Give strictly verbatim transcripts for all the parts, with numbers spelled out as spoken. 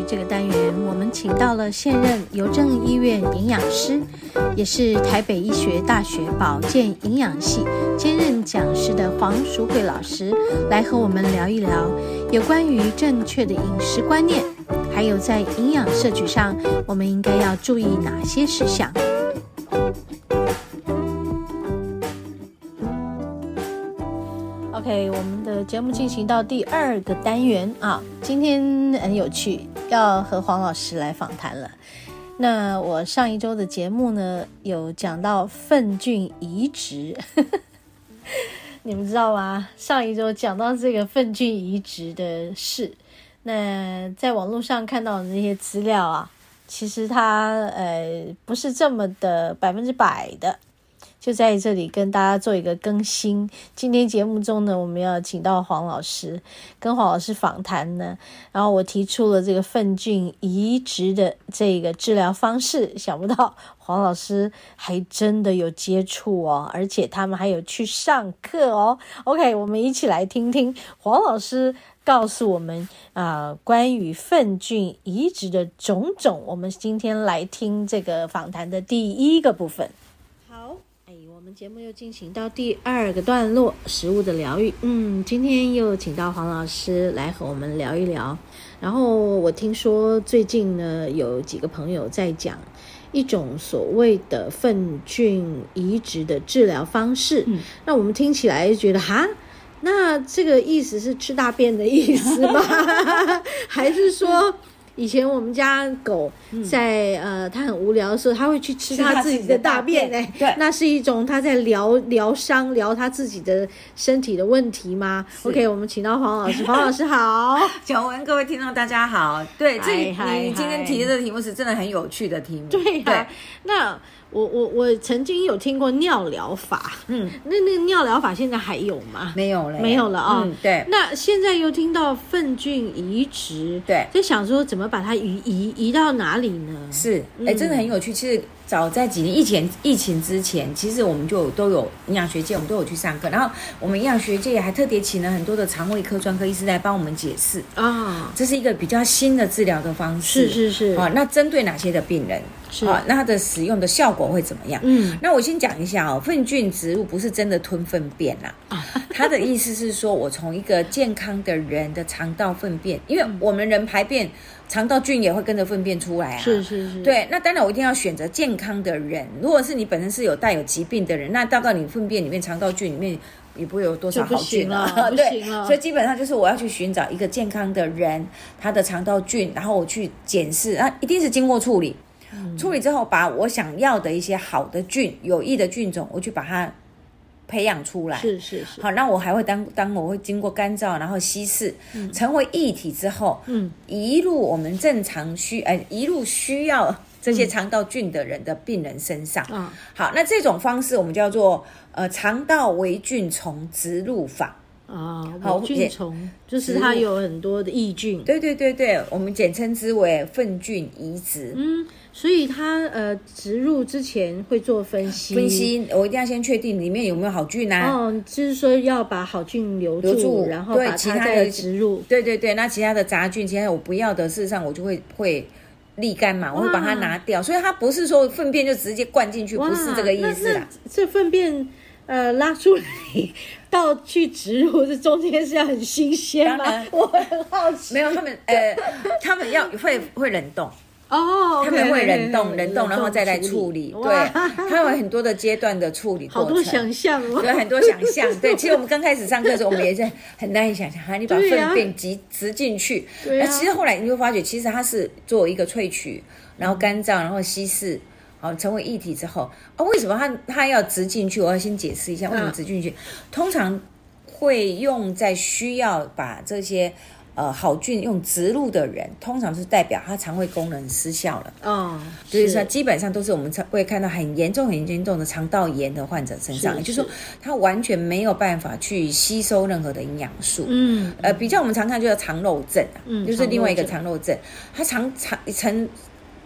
这个单元，我们请到了现任邮政医院营养师，也是台北医学大学保健营养系兼任讲师的黄淑慧老师，来和我们聊一聊有关于正确的饮食观念，还有在营养摄取上，我们应该要注意哪些事项。OK， 我们的节目进行到第二个单元啊，今天很有趣，要和黄老师来访谈了。那我上一周的节目呢，有讲到粪菌移植，你们知道吗？上一周讲到这个粪菌移植的事，那在网络上看到的那些资料啊，其实它呃不是这么的百分之百的。就在这里跟大家做一个更新。今天节目中呢，我们要请到黄老师，跟黄老师访谈呢，然后我提出了这个粪菌移植的这个治疗方式，想不到黄老师还真的有接触哦，而且他们还有去上课哦。OK， 我们一起来听听黄老师告诉我们啊、呃，关于粪菌移植的种种。我们今天来听这个访谈的第一个部分。好。我们节目又进行到第二个段落，食物的疗愈。嗯，今天又请到黄老师来和我们聊一聊。然后我听说最近呢，有几个朋友在讲一种所谓的粪菌移植的治疗方式，嗯，那我们听起来就觉得哈，那这个意思是吃大便的意思吗？还是说？以前我们家狗在、嗯、呃，它很无聊的时候，它会去吃它自己的大便，哎，对，那是一种它在疗疗伤、疗它自己的身体的问题吗 ？OK， 我们请到黄老师，黄老师好， 小文，各位听众大家好，对，这你今天提的这个题目是真的很有趣的题目， 对呀、啊，那。我我我曾经有听过尿疗法，嗯，那那个尿疗法现在还有吗？ 没有了， 没有了啊、哦嗯。 对， 那现在又听到粪菌移植，对，在想说怎么把它移移移到哪里呢？ 是，哎、欸，真的很有趣。其实早在几年疫情疫情之前，其实我们就都有营养学界，我们都有去上课，然后我们营养学界还特别请了很多的肠胃科专科医师来帮我们解释啊、哦，这是一个比较新的治疗的方式， 是是是， 啊、哦，那针对哪些的病人？是、哦，那它的使用的效果会怎么样？嗯，那我先讲一下哦，粪菌植入不是真的吞粪便啦，它的意思是说我从一个健康的人的肠道粪便，因为我们人排便，肠道菌也会跟着粪便出来啊， 是是是，对， 那当然我一定要选择健康的人，如果是你本身是有带有疾病的人，那大概你粪便里面肠道菌里面也不会有多少好菌了，对，所以基本上就是我要去寻找一个健康的人，他的肠道菌，然后我去检视，啊，一定是经过处理。嗯、处理之后，把我想要的一些好的菌、有益的菌种，我去把它培养出来。 是是是。 好，那我还会当当我会经过干燥，然后稀释，嗯、成为液体之后，嗯，移入我们正常需哎移入需要这些肠道菌的人的病人身上。嗯，好，那这种方式我们叫做呃肠道微菌丛植入法。 啊，微菌丛就是它有很多的益菌， 对对对对，我们简称之为粪菌移植。 嗯，所以它呃植入之前会做分析， 分析我一定要先确定里面有没有好菌啊。 哦，就是说要把好菌留住，留住然后把它再植入。 对对对，那其他的杂菌，其他我不要的，事实上我就会会沥干嘛，我会把它拿掉。所以它不是说粪便就直接灌进去，不是这个意思啦。 这粪便呃拉出来到去植入，这中间是要很新鲜吗？我很好奇。 没有，他们呃，他们要会会冷冻。 哦， 他们会冷冻，冷冻然后再来处理，对，它有很多的阶段的处理过程， 好多想象哦， 对，很多想象，对。其实我们刚开始上课的时候，我们也是很难以想象，哈，你把粪便植植进去，那、啊、其实后来你会发觉，其实它是做一个萃取，然后干燥，然后稀释。好，成为液体之后，啊，为什么它它要植进去？我要先解释一下为什么植进去。嗯、通常会用在需要把这些呃好菌用植入的人，通常是代表他肠胃功能失效了。哦，所以说基本上都是我们会看到很严重、很严重的肠道炎的患者身上，也就是说他完全没有办法去吸收任何的营养素。嗯，呃，比较我们常看就叫肠漏症啊，嗯，就是另外一个肠漏症，它肠肠肠。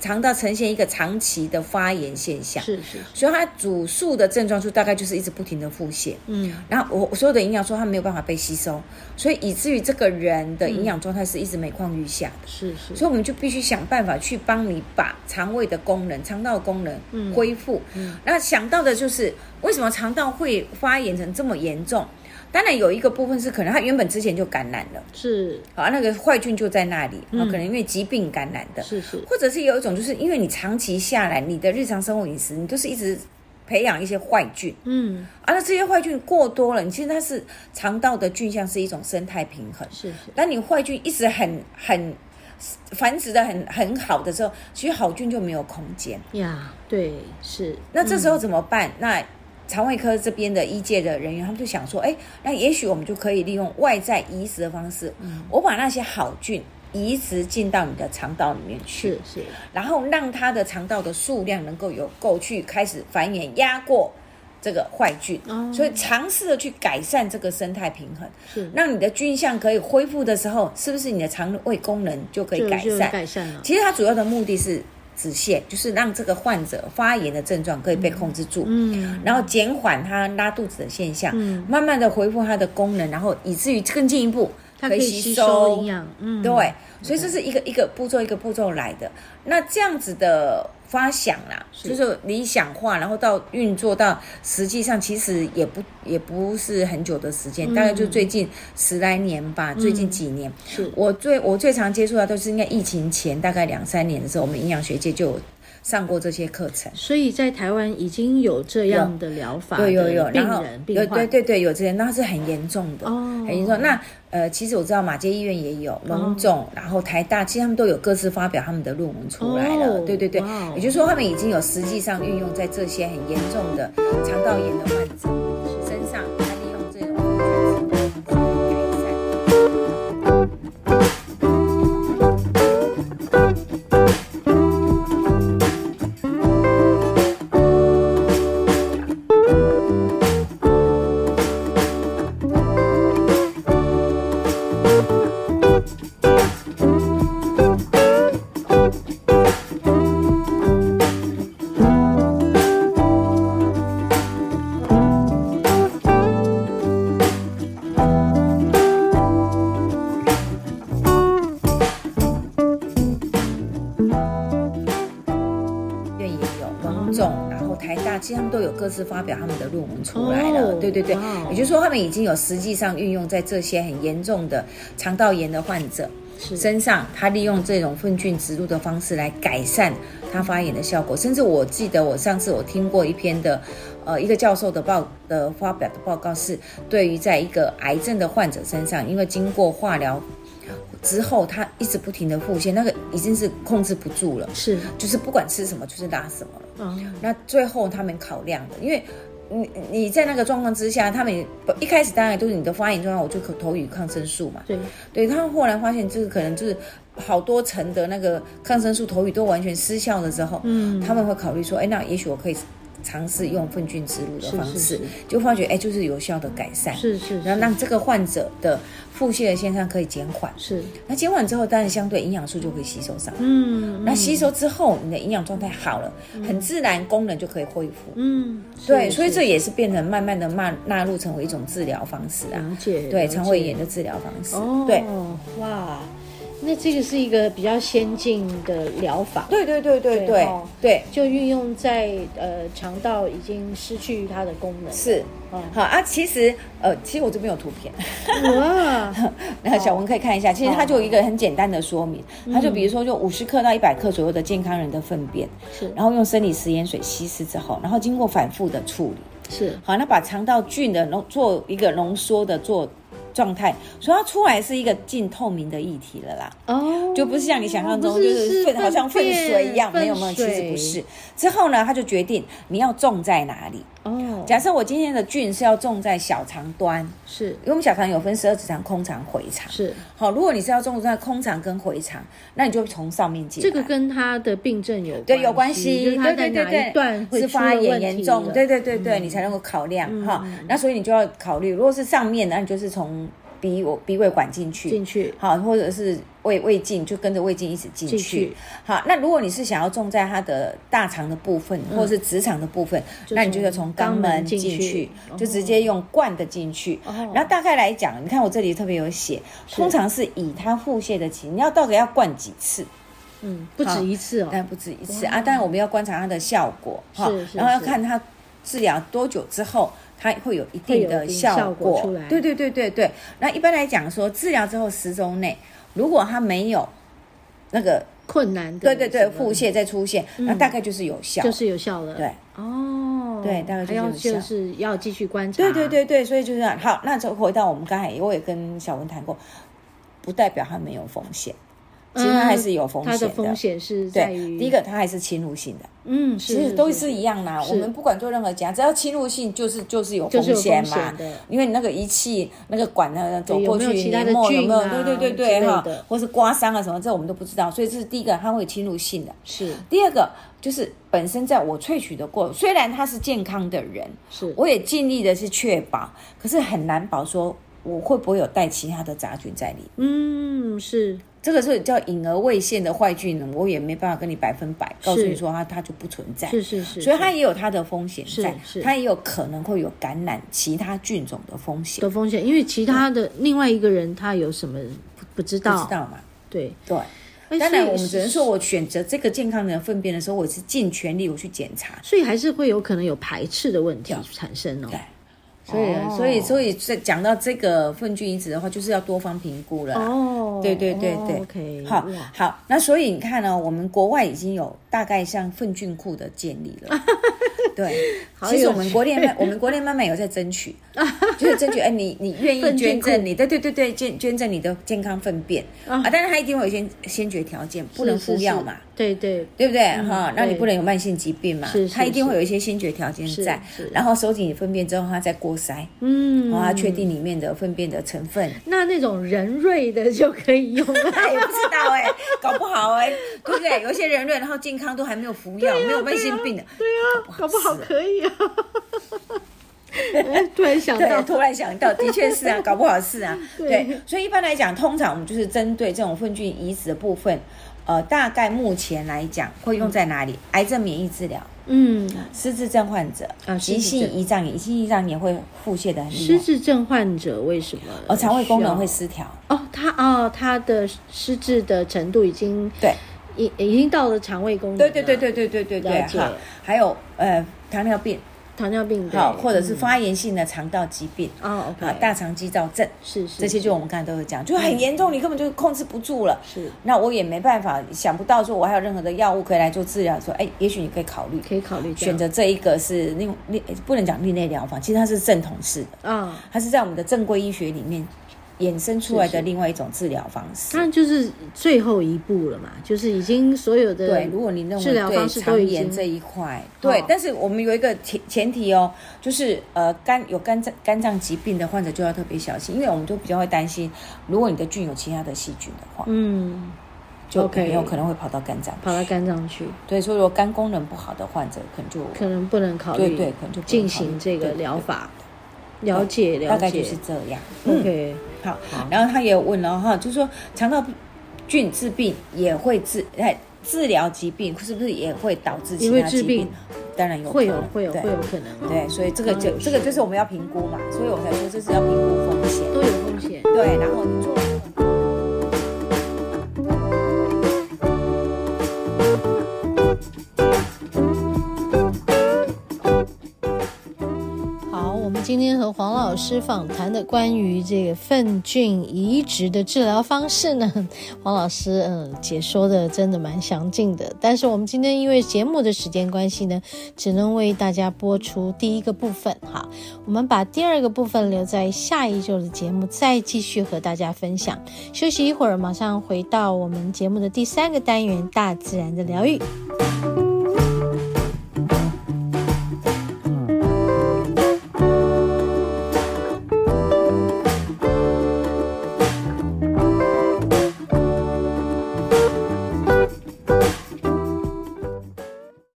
肠道呈现一个长期的发炎现象， 是是， 所以它主诉的症状就大概就是一直不停的腹泻，嗯，然后我我所有的营养素它没有办法被吸收，所以以至于这个人的营养状态是一直每况愈下的， 是是， 所以我们就必须想办法去帮你把肠胃的功能、肠道的功能恢复。嗯嗯、那想到的就是为什么肠道会发炎成这么严重？当然有一个部分是可能他原本之前就感染了， 是好，那个坏菌就在那里，嗯、可能因为疾病感染的， 是是， 或者是有一种就是因为你长期下来，你的日常生活饮食，你都是一直培养一些坏菌，嗯，啊，那这些坏菌过多了，你其实它是肠道的菌相是一种生态平衡， 是是， 当你坏菌一直很很繁殖的很很好的时候，其实好菌就没有空间呀，对，是， 那这时候怎么办？嗯、那肠胃科这边的医界的人员，他们就想说，哎，那也许我们就可以利用外在移植的方式，嗯、我把那些好菌移植进到你的肠道里面去， 是是， 然后让它的肠道的数量能够有够去开始繁衍，压过这个坏菌，哦、所以尝试的去改善这个生态平衡，是让你的菌相可以恢复的时候，是不是你的肠胃功能就可以改善？ 改善了。 其实它主要的目的是止泻，就是让这个患者发炎的症状可以被控制住，嗯，然后减缓他拉肚子的现象，嗯，慢慢的恢复它的功能，然后以至于更进一步可以吸收营养，嗯， 对，所以这是一个一个步骤一个步骤来的。那这样子的发想啦，是就是理想化，然后到运作到实际上，其实也不也不是很久的时间，嗯、大概就最近十来年吧，嗯、最近几年。是我最我最常接触到都是应该疫情前大概两三年的时候，我们营养学界就有上过这些课程， 所以在台湾已经有这样的疗法的有有有， 病然后人病有对对对有这些，那是很严重的，哦、很严重。那呃，其实我知道马偕医院也有荣总，哦、然后台大，其实他们都有各自发表他们的论文出来了，哦、对对对，也就是说他们已经有实际上运用在这些很严重的肠道炎的患者身上，来利用这种改善。其实他们都有各自发表他们的论文出来了，哦、对对对，哦、也就是说他们已经有实际上运用在这些很严重的肠道炎的患者身上，他利用这种粪菌植入的方式来改善他发炎的效果。甚至我记得我上次我听过一篇的，呃，一个教授的报的发表的报告是，对于在一个癌症的患者身上，因为经过化疗之后，他一直不停的腹泻，那个已经是控制不住了，是，就是不管吃什么就是拉什么了。嗯，那最后他们考量的，因为你你在那个状况之下，他们一开始当然都是你的发炎状况，我就可投予抗生素嘛。对，对他们后来发现，就是可能就是好多层的那个抗生素投予都完全失效的时候，嗯，他们会考虑说，哎，那也许我可以尝试用粪菌植入的方式，是是是就发觉哎，就是有效的改善，是 是, 是，然后让这个患者的腹泻的现象可以减缓，是。那减缓之后，当然相对营养素就会吸收上来，嗯，那吸收之后，你的营养状态好了，嗯、很自然功能就可以恢复，嗯，对，所以这也是变成慢慢的纳纳入成为一种治疗方式啊，了解，对，肠胃炎的治疗方式，哦，对， 哇。那这个是一个比较先进的疗法， 对对对对对 对,、哦、对， 就运用在呃肠道已经失去它的功能， 是，哦、好啊。其实呃，其实我这边有图片，哇，然后小文可以看一下，其实它就有一个很简单的说明，它就比如说就五十克到一百克左右的健康人的粪便，是，然后用生理食盐水稀释之后，然后经过反复的处理，是，好，那把肠道菌的浓做一个浓缩的做。状态，所以它出来是一个近透明的液体了啦，哦，就不是像你想象中就是粪好像粪水一样，没有没有，其实不是。之后呢，他就决定你要种在哪里。哦，假设我今天的菌是要种在小肠端，是，因为我们小肠有分十二指肠、空肠、回肠，是。好，如果你是要种在空肠跟回肠，那你就从上面进来。 这个跟他的病症有关对有关系，对对对对，是发炎严重，对对对对， 嗯、 你才能够考量哈、嗯。那所以你就要考虑，如果是上面呢，你就是从鼻鼻胃管进去进去， 好，或者是胃胃镜就跟着胃镜一起进去。 进去好，那如果你是想要种在它的大肠的部分，嗯、或者是直肠的部分，那你就要从肛门进去，进去就直接用灌的进去。哦、然后大概来讲，你看我这里特别有写，通常是以它腹泻的期，你要到底要灌几次？ 嗯，不止一次哦， 但不止一次啊。当然我们要观察它的效果， 是是， 然后要看它治疗多久之后，它会有一定的效果出来。 对对对对对。那一般来讲说，治疗之后十周内，如果它没有那个困难的， 对对对，腹泻再出现，那、嗯、大概就是有效， 就是有效了。 对， 哦， 对，大概就是有效， 就是要继续观察。 对对对对，所以就是好。那就回到我们刚才，我也跟小文谈过，不代表它没有风险。其实它还是有风险的， 嗯、它的风险是在于第一个，它还是侵入性的， 嗯， 其实都是一样啦。我们不管做任何检查，只要侵入性，就是就是有风险嘛。 就是、 因为你那个仪器那个管呢走过去， 有黏膜有没有？对对对对哈，或是刮伤啊什么，这我们都不知道。所以这是第一个，它会侵入性的。 是第二个，就是本身在我萃取的过，虽然他是健康的人， 是我也尽力的是确保，可是很难保说我会不会有带其他的杂菌在里面。 嗯，是。 这个是叫隐而未现的坏菌呢，我也没办法跟你百分百告诉你说它它就不存在， 是是是， 所以它也有它的风险在， 是是它也有可能会有感染其他菌种的风险的风险，因为其他的另外一个人他有什么不知道， 不知道嘛？ 对对。当然，我们只能说，我选择这个健康人的粪便的时候，我是尽全力我去检查， 所以还是会有可能有排斥的问题产生哦。 对。所以，哦、所以，所以，在讲到这个粪菌移植的话，就是要多方评估了。哦，对对对对、 哦、，OK， 好，好，那所以你看呢、哦，我们国外已经有大概像粪菌库的建立了。对，其实我们国联我们国联慢慢有在争取，就是争取，哎，你你愿意捐赠你，对对对对，捐捐赠你的健康粪便啊，但是它一定会有一些先决条件，不能服药嘛。 对对对不对哈、嗯？那你不能有慢性疾病嘛？ 是是， 它一定会有一些先决条件在。然后收集你粪便之后，它再过筛，嗯，然后它确定里面的粪便的成分。 那那种人瑞的就可以用了， 也不知道哎、欸，搞不好哎、欸，对不对？有一些人瑞，然后健康都还没有服药， 啊、 没有慢性病的， 对啊，搞不好可以啊。突然想到， 突然想到，的确是啊，搞不好是啊，对。对，所以一般来讲，通常我们就是针对这种粪菌移植的部分。呃，大概目前来讲会用在哪里？嗯、癌症免疫治疗，嗯，失智症患者，啊，急性胰脏炎，急性胰脏炎会腹泻的很厉害。 失智症患者为什么？ 哦，肠胃功能会失调。 哦，他哦，他的失智的程度已经对， 已已经到了肠胃功能。 对对对对对对对对，哈，还有呃糖尿病。 糖尿病好，或者是发炎性的肠道疾病哦、嗯、 ，OK，大肠肌躁症是是， 这些就我们刚才都会讲，就很严重，你根本就控制不住了。 是， 那我也没办法，想不到说我还有任何的药物可以来做治疗，说哎，也许你可以考虑， 可以考虑选择这一个是另另不能讲另类疗法，其实它是正统式的啊、嗯，它是在我们的正规医学里面衍生出来的另外一种治疗方式， 当然就是最后一步了嘛，就是已经所有的对，如果你认为对肠炎这一块，对、哦，但是我们有一个前前提哦，就是呃肝有肝脏肝脏疾病的患者就要特别小心，因为我们就比较会担心，如果你的菌有其他的细菌的话，嗯，就很有可能会跑到肝脏， 跑到肝脏去。 对，所以如果肝功能不好的患者，可能就可能不能考虑， 对对，可能就进行这个疗法。了解了解， 大概就是这样。 OK，、 嗯、好, 好。然后他也有问了哈，就是说肠道菌治病也会治，哎，治疗疾病是不是也会导致其他疾病？当然有可能， 会有会有会有可能、哦。 对，所以这个就这个就是我们要评估嘛，所以我才说这是要评估风险， 都有风险。 对，然后你做。 今天和黄老师访谈的关于这个粪菌移植的治疗方式呢，黄老师嗯解说的真的蛮详尽的，但是我们今天因为节目的时间关系呢，只能为大家播出第一个部分哈，我们把第二个部分留在下一周的节目再继续和大家分享。休息一会儿，马上回到我们节目的第三个单元，大自然的疗愈。